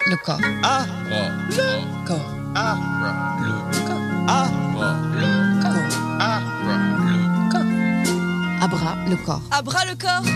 le corps. Le corps. Le corps. Abra le corps. Abra le corps.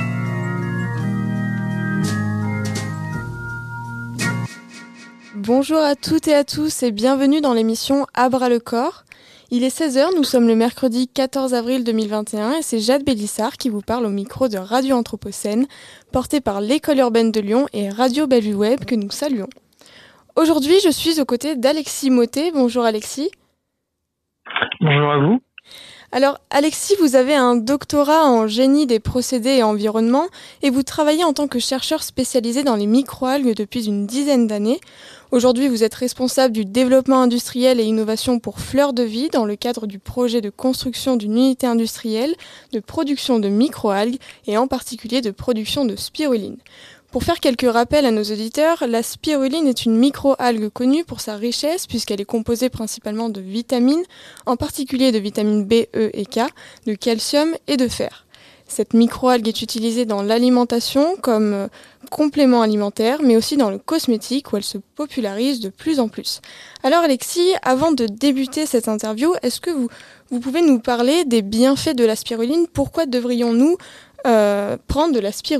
Bonjour à toutes et à tous et bienvenue dans l'émission Abra le corps. Il est 16h, nous sommes le mercredi 14 avril 2021 et c'est Jade Bélissard qui vous parle au micro de Radio Anthropocène, porté par l'École urbaine de Lyon et Radio Bellevue Web que nous saluons. Aujourd'hui, je suis aux côtés d'Alexis Mottet. Bonjour Alexis. Bonjour à vous. Alors Alexis, vous avez un doctorat en génie des procédés et environnement et vous travaillez en tant que chercheur spécialisé dans les microalgues depuis une dizaine d'années. Aujourd'hui, vous êtes responsable du développement industriel et innovation pour Fleurs de Vie dans le cadre du projet de construction d'une unité industrielle de production de microalgues et en particulier de production de spiruline. Pour faire quelques rappels à nos auditeurs, la spiruline est une microalgue connue pour sa richesse puisqu'elle est composée principalement de vitamines, en particulier de vitamines B, E et K, de calcium et de fer. Cette microalgue est utilisée dans l'alimentation comme complément alimentaire, mais aussi dans le cosmétique où elle se popularise de plus en plus. Alors Alexis, avant de débuter cette interview, est-ce que vous pouvez nous parler des bienfaits de la spiruline ? Pourquoi devrions-nous prendre de la spiruline ?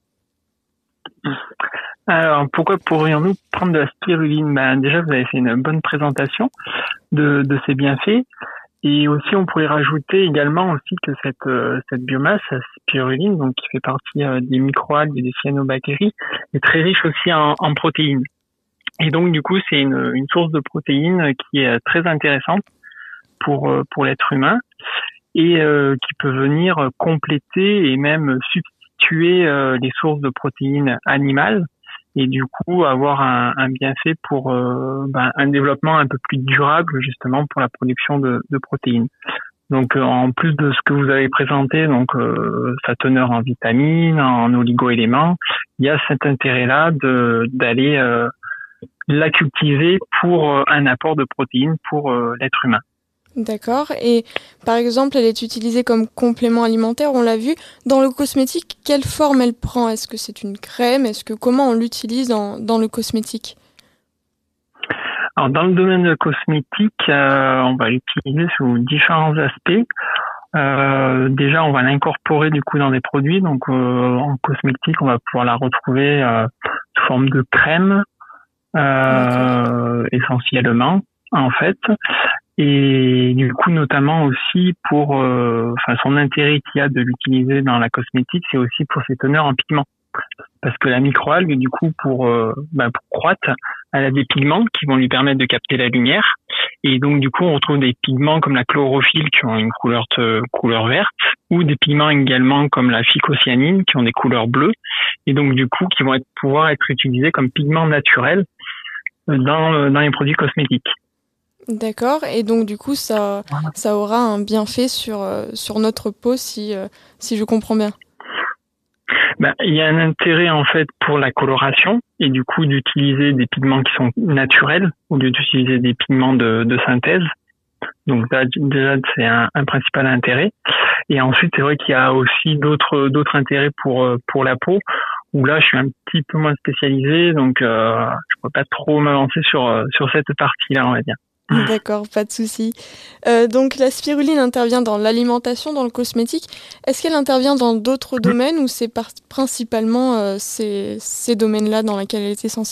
Alors, pourquoi pourrions-nous prendre de la spiruline ? Déjà, vous avez fait une bonne présentation de ses bienfaits. Et aussi, on pourrait rajouter également aussi que cette biomasse, la spiruline, donc qui fait partie des microalgues et des cyanobactéries, est très riche aussi en protéines. Et donc, du coup, c'est une source de protéines qui est très intéressante pour l'être humain et qui peut venir compléter et même substituer les sources de protéines animales et du coup avoir un bienfait pour un développement un peu plus durable justement pour la production de protéines. Donc en plus de ce que vous avez présenté, donc sa teneur en vitamines, en oligo-éléments, il y a cet intérêt-là d'aller la cultiver pour un apport de protéines pour l'être humain. D'accord. Et par exemple, elle est utilisée comme complément alimentaire, on l'a vu. Dans le cosmétique, quelle forme elle prend ? Est-ce que c'est une crème ? Comment on l'utilise dans le cosmétique ? Alors, dans le domaine cosmétique, on va l'utiliser sous différents aspects. Déjà, on va l'incorporer du coup dans des produits. Donc, en cosmétique, on va pouvoir la retrouver sous forme de crème, essentiellement, en fait. Et du coup, notamment aussi pour son intérêt qu'il y a de l'utiliser dans la cosmétique, c'est aussi pour ses teneurs en pigments. Parce que la microalgue, du coup, pour croître, elle a des pigments qui vont lui permettre de capter la lumière. Et donc, du coup, on retrouve des pigments comme la chlorophylle qui ont une couleur verte, ou des pigments également comme la phycocyanine qui ont des couleurs bleues. Et donc, du coup, qui vont pouvoir être utilisés comme pigments naturels dans les produits cosmétiques. D'accord, et donc du coup ça aura un bienfait sur notre peau si je comprends bien. Il y a un intérêt en fait pour la coloration et du coup d'utiliser des pigments qui sont naturels au lieu d'utiliser des pigments de synthèse. Donc là, déjà c'est un principal intérêt. Et ensuite c'est vrai qu'il y a aussi d'autres intérêts pour la peau où là je suis un petit peu moins spécialisé donc je peux pas trop m'avancer sur cette partie-là, on va dire. D'accord, pas de souci. Donc la spiruline intervient dans l'alimentation, dans le cosmétique. Est-ce qu'elle intervient dans d'autres domaines ou c'est principalement ces domaines-là dans lesquels elle est essentielle ?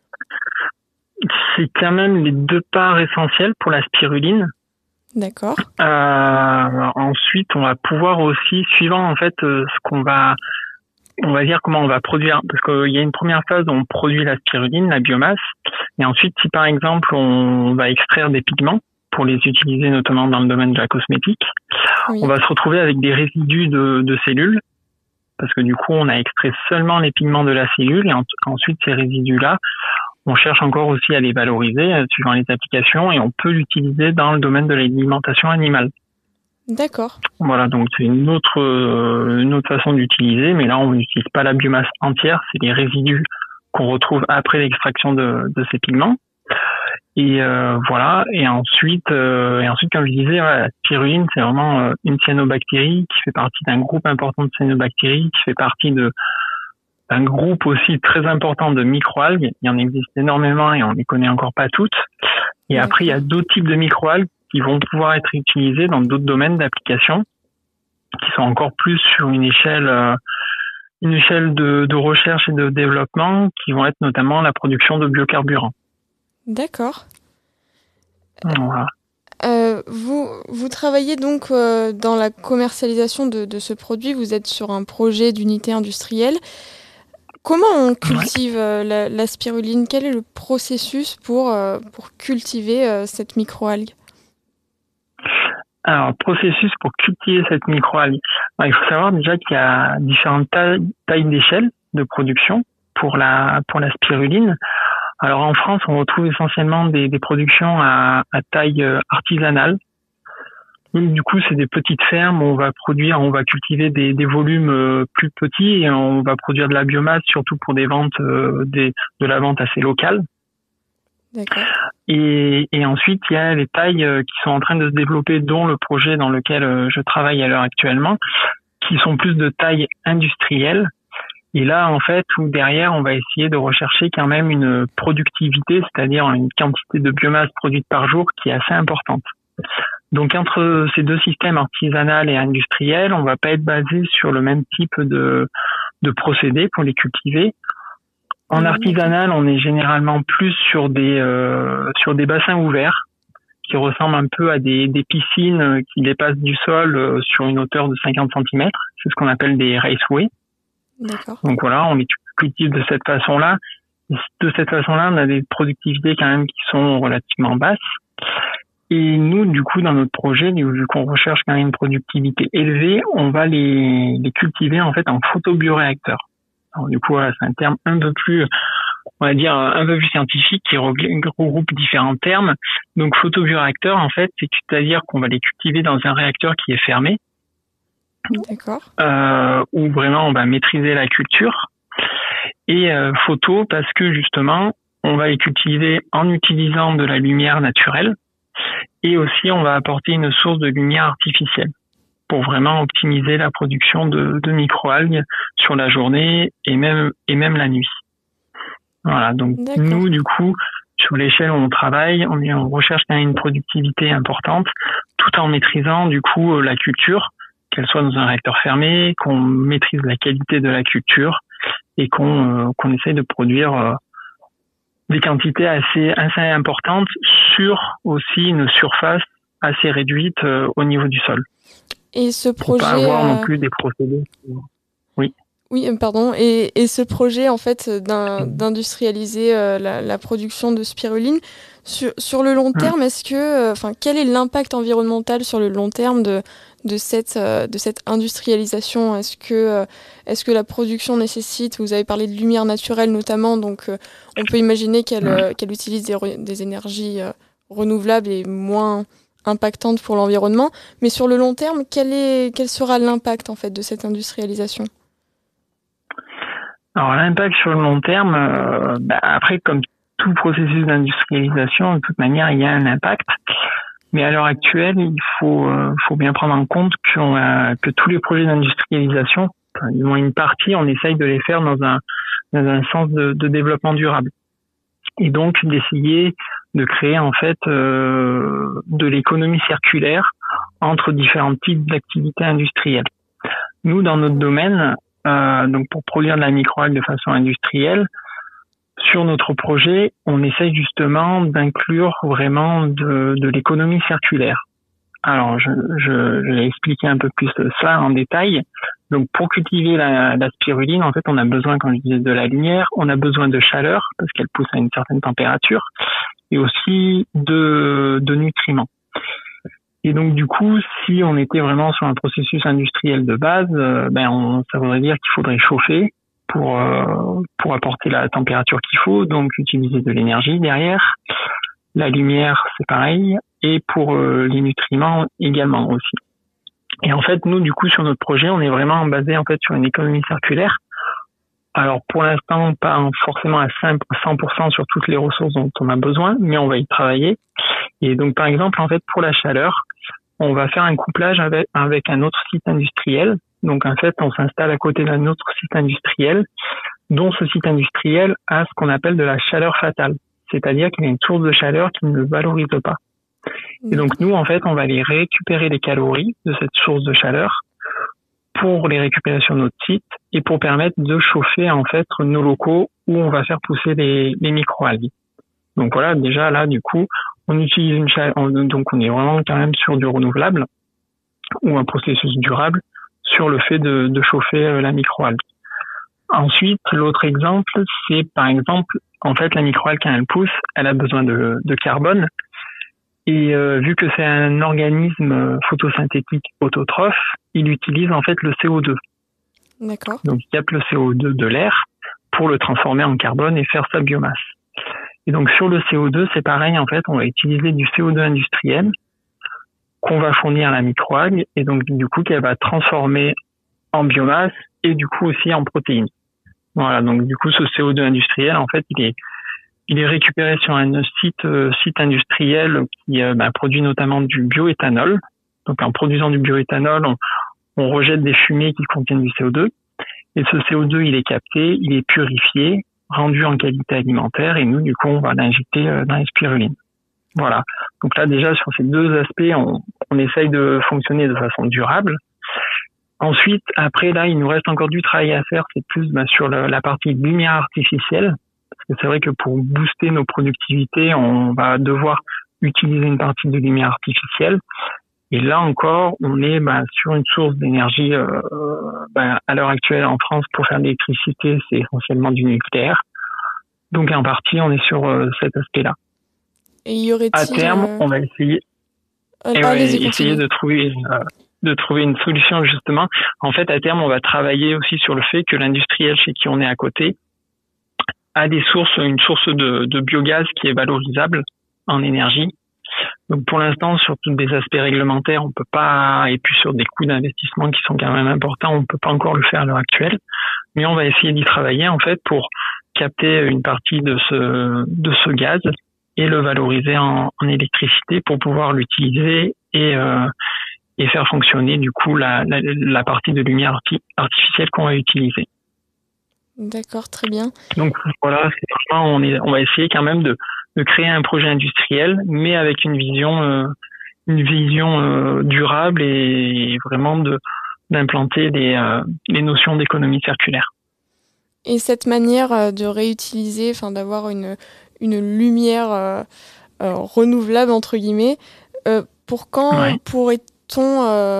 C'est quand même les deux parts essentielles pour la spiruline. D'accord. Ensuite, on va pouvoir aussi, suivant en fait ce qu'on va... On va dire comment on va produire, parce qu'il y a une première phase où on produit la spiruline, la biomasse, et ensuite si par exemple on va extraire des pigments pour les utiliser notamment dans le domaine de la cosmétique, oui. On va se retrouver avec des résidus de cellules, parce que du coup on a extrait seulement les pigments de la cellule, et ensuite ces résidus-là, on cherche encore aussi à les valoriser suivant les applications, et on peut l'utiliser dans le domaine de l'alimentation animale. D'accord. Voilà, donc c'est une autre façon d'utiliser, mais là on n'utilise pas la biomasse entière, c'est les résidus qu'on retrouve après l'extraction de ces pigments. Et voilà. Et ensuite, comme je disais, la spiruline, c'est vraiment une cyanobactérie qui fait partie d'un groupe important de cyanobactéries, qui fait partie d'un groupe aussi très important de microalgues. Il y en existe énormément et on ne les connaît encore pas toutes. Et après, il y a d'autres types de microalgues qui vont pouvoir être utilisés dans d'autres domaines d'application, qui sont encore plus sur une échelle de recherche et de développement, qui vont être notamment la production de biocarburants. D'accord. Voilà. Vous travaillez donc dans la commercialisation de ce produit. Vous êtes sur un projet d'unité industrielle. Comment on cultive la spiruline? Quel est le processus pour cultiver cette microalgue? Alors, processus pour cultiver cette microalgue. Il faut savoir déjà qu'il y a différentes tailles d'échelle de production pour la spiruline. Alors, en France, on retrouve essentiellement des productions à taille artisanale. Donc, du coup, c'est des petites fermes où on va cultiver des volumes plus petits et on va produire de la biomasse, surtout pour des ventes, de la vente assez locale. D'accord. Et ensuite, il y a les tailles qui sont en train de se développer, dont le projet dans lequel je travaille à l'heure actuellement, qui sont plus de taille industrielle. Et là, en fait, où derrière, on va essayer de rechercher quand même une productivité, c'est-à-dire une quantité de biomasse produite par jour qui est assez importante. Donc, entre ces deux systèmes artisanal et industriel, on va pas être basé sur le même type de procédés pour les cultiver. En artisanal, on est généralement plus sur des bassins ouverts qui ressemblent un peu à des piscines qui dépassent du sol sur une hauteur de 50 cm. C'est ce qu'on appelle des raceways. D'accord. Donc voilà, on les cultive de cette façon-là. Et de cette façon-là, on a des productivités quand même qui sont relativement basses. Et nous, du coup, dans notre projet, vu qu'on recherche quand même une productivité élevée, on va les cultiver en fait en photobioréacteur. Alors, du coup, voilà, c'est un terme un peu plus, on va dire, un peu plus scientifique qui regroupe différents termes. Donc, photobioréacteur, en fait, c'est-à-dire qu'on va les cultiver dans un réacteur qui est fermé. D'accord. Où vraiment on va maîtriser la culture. Et photo, parce que justement, on va les cultiver en utilisant de la lumière naturelle. Et aussi, on va apporter une source de lumière artificielle pour vraiment optimiser la production de microalgues sur la journée et même la nuit. Voilà, donc nous, du coup, sur l'échelle où on travaille, on recherche quand même une productivité importante, tout en maîtrisant du coup la culture, qu'elle soit dans un réacteur fermé, qu'on maîtrise la qualité de la culture et qu'on essaye de produire des quantités assez importantes sur aussi une surface assez réduite au niveau du sol. Et ce projet, pour pas avoir non plus des procédés. Oui. Oui, pardon. Et ce projet, en fait, d'industrialiser la production de spiruline, sur le long terme, est-ce que, quel est l'impact environnemental sur le long terme de cette industrialisation? Est-ce que la production nécessite, vous avez parlé de lumière naturelle notamment, donc on peut imaginer qu'elle utilise des énergies renouvelables et moins impactantes pour l'environnement. Mais sur le long terme, quel sera l'impact en fait de cette industrialisation? Alors l'impact sur le long terme, après comme tout processus d'industrialisation, de toute manière il y a un impact. Mais à l'heure actuelle, il faut bien prendre en compte que tous les projets d'industrialisation, du moins une partie, on essaye de les faire dans un sens de développement durable. Et donc d'essayer de créer en fait de l'économie circulaire entre différents types d'activités industrielles. Nous, dans notre domaine, donc pour produire de la microalgue de façon industrielle, sur notre projet, on essaye justement d'inclure vraiment de l'économie circulaire. Alors, je vais expliquer un peu plus ça en détail. Donc, pour cultiver la spiruline, en fait, on a besoin, comme je disais, de la lumière, on a besoin de chaleur, parce qu'elle pousse à une certaine température, et aussi de nutriments. Et donc, du coup, si on était vraiment sur un processus industriel de base, ça voudrait dire qu'il faudrait chauffer pour apporter la température qu'il faut, donc utiliser de l'énergie derrière. La lumière, c'est pareil, et pour les nutriments également aussi. Et en fait, nous, du coup, sur notre projet, on est vraiment basé en fait sur une économie circulaire. Alors, pour l'instant, pas forcément à 100% sur toutes les ressources dont on a besoin, mais on va y travailler. Et donc, par exemple, en fait, pour la chaleur, on va faire un couplage avec un autre site industriel. Donc, en fait, on s'installe à côté d'un autre site industriel dont ce site industriel a ce qu'on appelle de la chaleur fatale. C'est-à-dire qu'il y a une source de chaleur qui ne valorise pas. Et donc nous, en fait, on va aller récupérer les calories de cette source de chaleur pour les récupérer sur notre site et pour permettre de chauffer, en fait, nos locaux où on va faire pousser les microalgues. Donc voilà, déjà là, du coup, on utilise donc on est vraiment quand même sur du renouvelable ou un processus durable sur le fait de chauffer la microalgue. Ensuite, l'autre exemple, c'est par exemple, en fait, la microalgue, quand elle pousse, elle a besoin de carbone. Et vu que c'est un organisme photosynthétique autotrophe, il utilise en fait le CO2. D'accord. Donc il capte le CO2 de l'air pour le transformer en carbone et faire sa biomasse. Et donc sur le CO2, c'est pareil, en fait, on va utiliser du CO2 industriel qu'on va fournir à la microalgue et donc du coup qu'elle va transformer en biomasse et du coup aussi en protéines. Voilà, donc du coup ce CO2 industriel, en fait, il est récupéré sur un site industriel qui produit notamment du bioéthanol. Donc en produisant du bioéthanol, on rejette des fumées qui contiennent du CO2 et ce CO2 il est capté, il est purifié, rendu en qualité alimentaire et nous du coup on va l'injecter dans les spirulines. Voilà. Donc là déjà sur ces deux aspects, on essaye de fonctionner de façon durable. Ensuite, après là, il nous reste encore du travail à faire, c'est plus sur la partie lumière artificielle. Parce que c'est vrai que pour booster nos productivités, on va devoir utiliser une partie de lumière artificielle. Et là encore, on est sur une source d'énergie à l'heure actuelle en France pour faire de l'électricité, c'est essentiellement du nucléaire. Donc en partie, on est sur cet aspect-là. Et y aurait-il à terme, on va essayer, essayer de trouver une solution justement. En fait, à terme, on va travailler aussi sur le fait que l'industriel chez qui on est à côté a une source de biogaz qui est valorisable en énergie. Donc pour l'instant, sur tous des aspects réglementaires, on peut pas, et puis sur des coûts d'investissement qui sont quand même importants, on peut pas encore le faire à l'heure actuelle. Mais on va essayer d'y travailler en fait pour capter une partie de ce gaz et le valoriser en électricité pour pouvoir l'utiliser et faire fonctionner du coup la partie de lumière artificielle qu'on va utiliser. D'accord, très bien. Donc voilà, c'est vraiment, on va essayer quand même de créer un projet industriel, mais avec une vision durable et vraiment d'implanter les notions d'économie circulaire. Et cette manière de réutiliser, d'avoir une lumière renouvelable entre guillemets, pour quand pourrait-on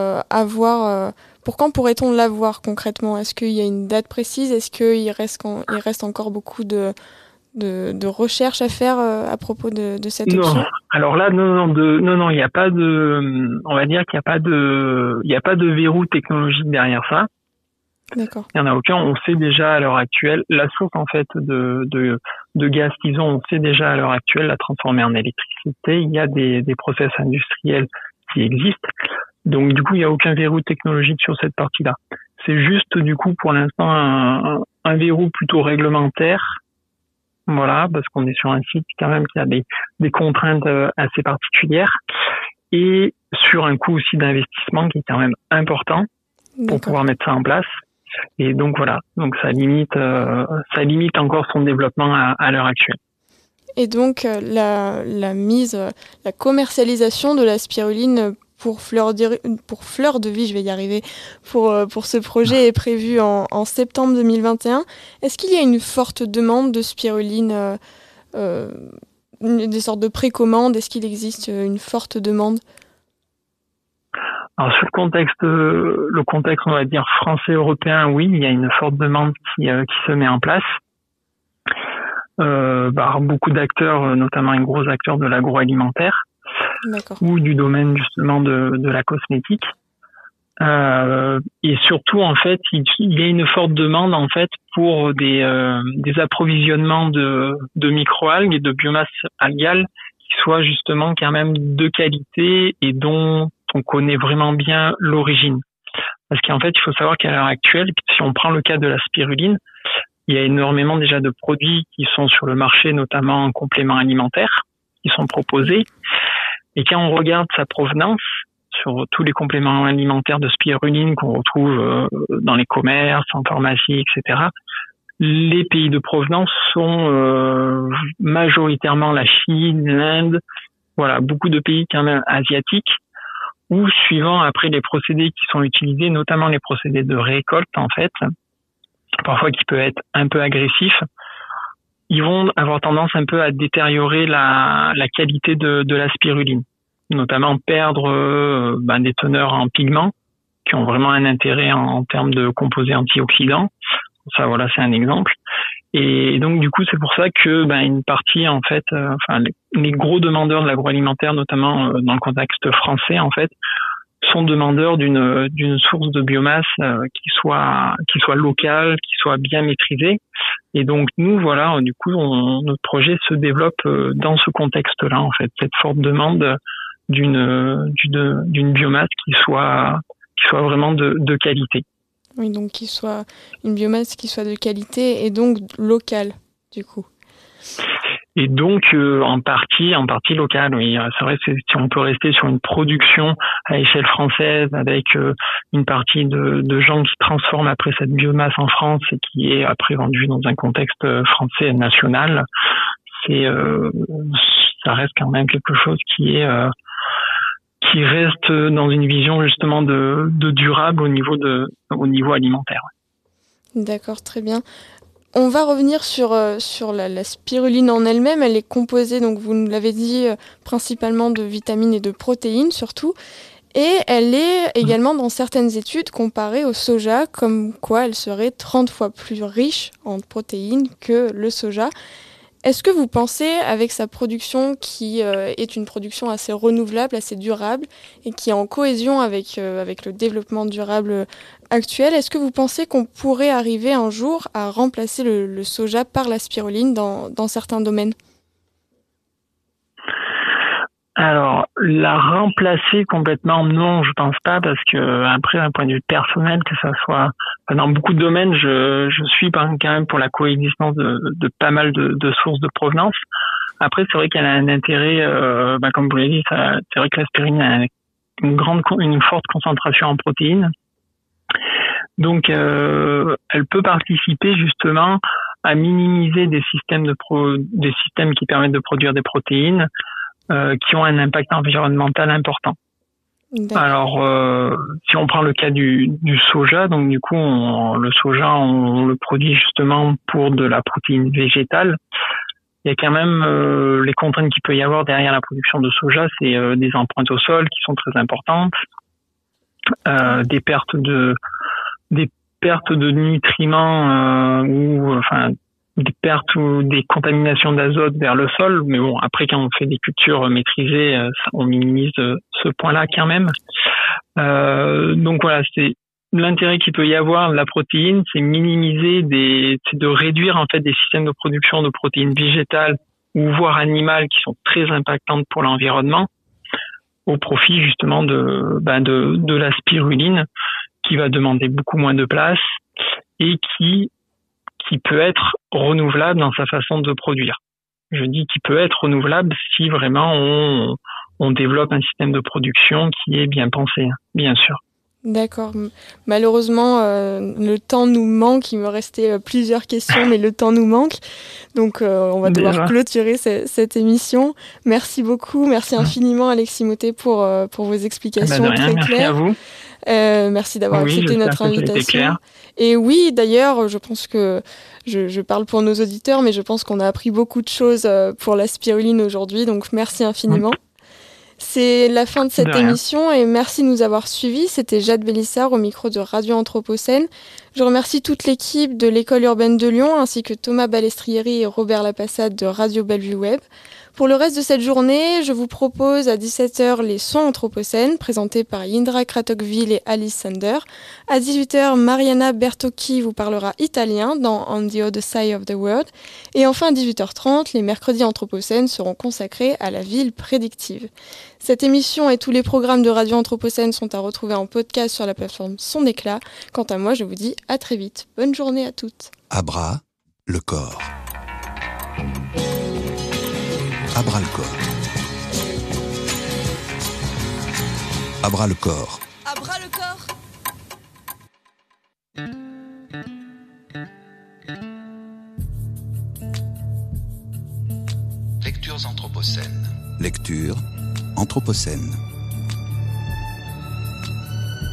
l'avoir concrètement? Est-ce qu'il y a une date précise? Est-ce qu'il reste encore beaucoup de recherches à faire à propos de cette option? Non. Alors là, non, il n'y a pas on va dire qu'il n'y a pas de verrou technologique derrière ça. D'accord. Il n'y en a aucun. On sait déjà à l'heure actuelle la source en fait de gaz qu'ils ont. On sait déjà à l'heure actuelle la transformer en électricité. Il y a des process industriels qui existent. Donc du coup, il n'y a aucun verrou technologique sur cette partie-là. C'est juste du coup pour l'instant un verrou plutôt réglementaire. Voilà, parce qu'on est sur un site quand même qui a des contraintes assez particulières et sur un coût aussi d'investissement qui est quand même important pour pouvoir mettre ça en place. Et donc voilà, donc ça limite encore son développement à l'heure actuelle. Et donc la commercialisation de la spiruline pour Fleur de Vie, je vais y arriver, pour ce projet est prévue en septembre 2021. Est-ce qu'il y a une forte demande de spiruline, des sortes de précommandes? Est-ce qu'il existe une forte demande? Alors sur le contexte on va dire français-européen, oui, il y a une forte demande qui se met en place. Beaucoup d'acteurs, notamment un gros acteur de l'agroalimentaire. D'accord. Ou du domaine justement de la cosmétique. Et surtout en fait, il y a une forte demande en fait pour des approvisionnements de microalgues et de biomasse algale qui soient justement quand même de qualité et dont on connaît vraiment bien l'origine. Parce qu'en fait, il faut savoir qu'à l'heure actuelle, si on prend le cas de la spiruline, il y a énormément déjà de produits qui sont sur le marché, notamment en compléments alimentaires, qui sont proposés. Et quand on regarde sa provenance sur tous les compléments alimentaires de spiruline qu'on retrouve dans les commerces, en pharmacie, etc., les pays de provenance sont majoritairement la Chine, l'Inde, voilà, beaucoup de pays quand même asiatiques, où suivant après les procédés qui sont utilisés, notamment les procédés de récolte en fait, parfois qui peut être un peu agressif, ils vont avoir tendance un peu à détériorer la qualité de la spiruline, notamment perdre des teneurs en pigments qui ont vraiment un intérêt en termes de composés antioxydants. Ça, voilà, c'est un exemple. Et donc, du coup, c'est pour ça que une partie, en fait, les gros demandeurs de l'agroalimentaire, notamment dans le contexte français, en fait, sont demandeurs d'une source de biomasse qui soit locale, qui soit bien maîtrisée. Et donc, nous, voilà, du coup, notre projet se développe dans ce contexte-là, en fait, cette forte demande d'une biomasse qui soit vraiment de qualité. Oui, donc qu'il soit une biomasse qui soit de qualité et donc locale, du coup. Et donc en partie locale, oui. C'est vrai que si on peut rester sur une production à échelle française avec une partie de gens qui transforment après cette biomasse en France et qui est après vendue dans un contexte français national, ça reste quand même quelque chose qui reste dans une vision justement de durable au niveau alimentaire. D'accord, très bien. On va revenir sur la spiruline en elle-même. Elle est composée, donc vous nous l'avez dit, principalement de vitamines et de protéines surtout. Et elle est également dans certaines études comparée au soja, comme quoi elle serait 30 fois plus riche en protéines que le soja. Est-ce que vous pensez, avec sa production qui est une production assez renouvelable, assez durable, et qui est en cohésion avec le développement durable actuel, est-ce que vous pensez qu'on pourrait arriver un jour à remplacer le soja par la spiruline dans certains domaines ? Alors, la remplacer complètement, non, je pense pas, parce que après, d'un point de vue personnel, que ça soit dans beaucoup de domaines, je suis quand même pour la coexistence de pas mal de sources de provenance. Après, c'est vrai qu'elle a un intérêt, comme vous l'avez dit, c'est vrai que la spiruline a une forte concentration en protéines, donc elle peut participer justement à minimiser des systèmes qui permettent de produire des protéines. Qui ont un impact environnemental important. D'accord. Alors, si on prend le cas du soja, donc du coup, le soja, on le produit justement pour de la protéine végétale. Il y a quand même les contraintes qu'il peut y avoir derrière la production de soja, c'est des empreintes au sol qui sont très importantes, des pertes de nutriments des pertes ou des contaminations d'azote vers le sol, mais bon, après quand on fait des cultures maîtrisées, on minimise ce point-là quand même. Donc voilà, c'est l'intérêt qu'il peut y avoir de la protéine, c'est c'est de réduire en fait des systèmes de production de protéines végétales ou voire animales qui sont très impactantes pour l'environnement, au profit justement de la spiruline qui va demander beaucoup moins de place et qui peut être renouvelable dans sa façon de produire. Je dis qu'il peut être renouvelable si vraiment on développe un système de production qui est bien pensé, bien sûr. D'accord. Malheureusement, le temps nous manque. Il me restait plusieurs questions, mais le temps nous manque. Donc, on va devoir clôturer cette émission. Merci beaucoup. Merci infiniment, Alexis Motet, pour vos explications très merci claires. Merci à vous. Merci d'avoir accepté notre invitation. Et oui, d'ailleurs, je pense que je parle pour nos auditeurs, mais je pense qu'on a appris beaucoup de choses pour la spiruline aujourd'hui. Donc, merci infiniment. C'est la fin de cette émission et merci de nous avoir suivis. C'était Jade Bélissard au micro de Radio Anthropocène. Je remercie toute l'équipe de l'École urbaine de Lyon ainsi que Thomas Balestrieri et Robert Lapassade de Radio Bellevue Web. Pour le reste de cette journée, je vous propose à 17h les sons anthropocènes présentés par Indra Kratokville et Alice Sander. À 18h, Mariana Bertocchi vous parlera italien dans On the Other Side of the World. Et enfin à 18h30, les mercredis anthropocènes seront consacrés à la ville prédictive. Cette émission et tous les programmes de Radio Anthropocène sont à retrouver en podcast sur la plateforme Son Éclat. Quant à moi, je vous dis à très vite. Bonne journée à toutes. Abra, le corps. Abra le corps. Abra le corps. Abra le corps. Lectures anthropocènes. Lecture Anthropocène.